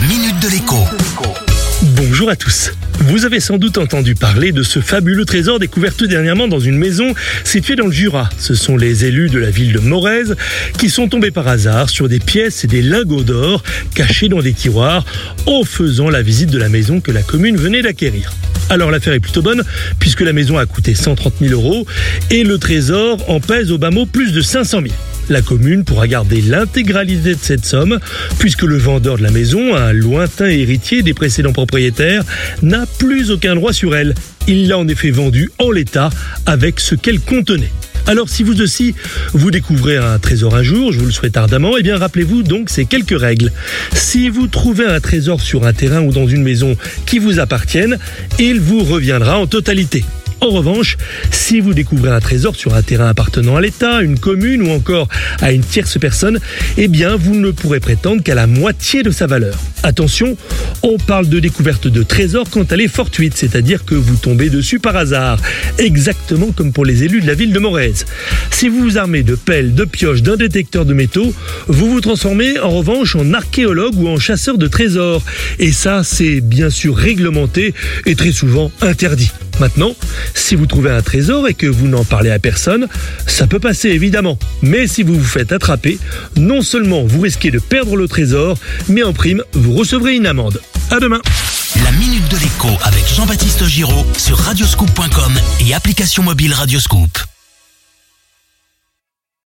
minute de l'écho. Bonjour à tous. Vous avez sans doute entendu parler de ce fabuleux trésor découvert tout dernièrement dans une maison située dans le Jura. Ce sont les élus de la ville de Morez qui sont tombés par hasard sur des pièces et des lingots d'or cachés dans des tiroirs en faisant la visite de la maison que la commune venait d'acquérir. Alors l'affaire est plutôt bonne puisque la maison a coûté 130 000 € et le trésor en pèse au bas mot plus de 500 000. La commune pourra garder l'intégralité de cette somme puisque le vendeur de la maison, un lointain héritier des précédents propriétaires, n'a plus aucun droit sur elle. Il l'a en effet vendue en l'état avec ce qu'elle contenait. Alors si vous aussi, vous découvrez un trésor un jour, je vous le souhaite ardemment, eh bien rappelez-vous donc ces quelques règles. Si vous trouvez un trésor sur un terrain ou dans une maison qui vous appartienne, il vous reviendra en totalité. En revanche, si vous découvrez un trésor sur un terrain appartenant à l'État, une commune ou encore à une tierce personne, eh bien vous ne pourrez prétendre qu'à la moitié de sa valeur. Attention, on parle de découverte de trésor quand elle est fortuite, c'est-à-dire que vous tombez dessus par hasard, exactement comme pour les élus de la ville de Morez. Si vous vous armez de pelles, de pioches, d'un détecteur de métaux, vous vous transformez en revanche en archéologue ou en chasseur de trésors. Et ça, c'est bien sûr réglementé et très souvent interdit. Maintenant, si vous trouvez un trésor et que vous n'en parlez à personne, ça peut passer évidemment. Mais si vous vous faites attraper, non seulement vous risquez de perdre le trésor, mais en prime, vous recevrez une amende. À demain. La minute de l'écho avec Jean-Baptiste Giraud sur radioscoop.com et application mobile Radioscoop.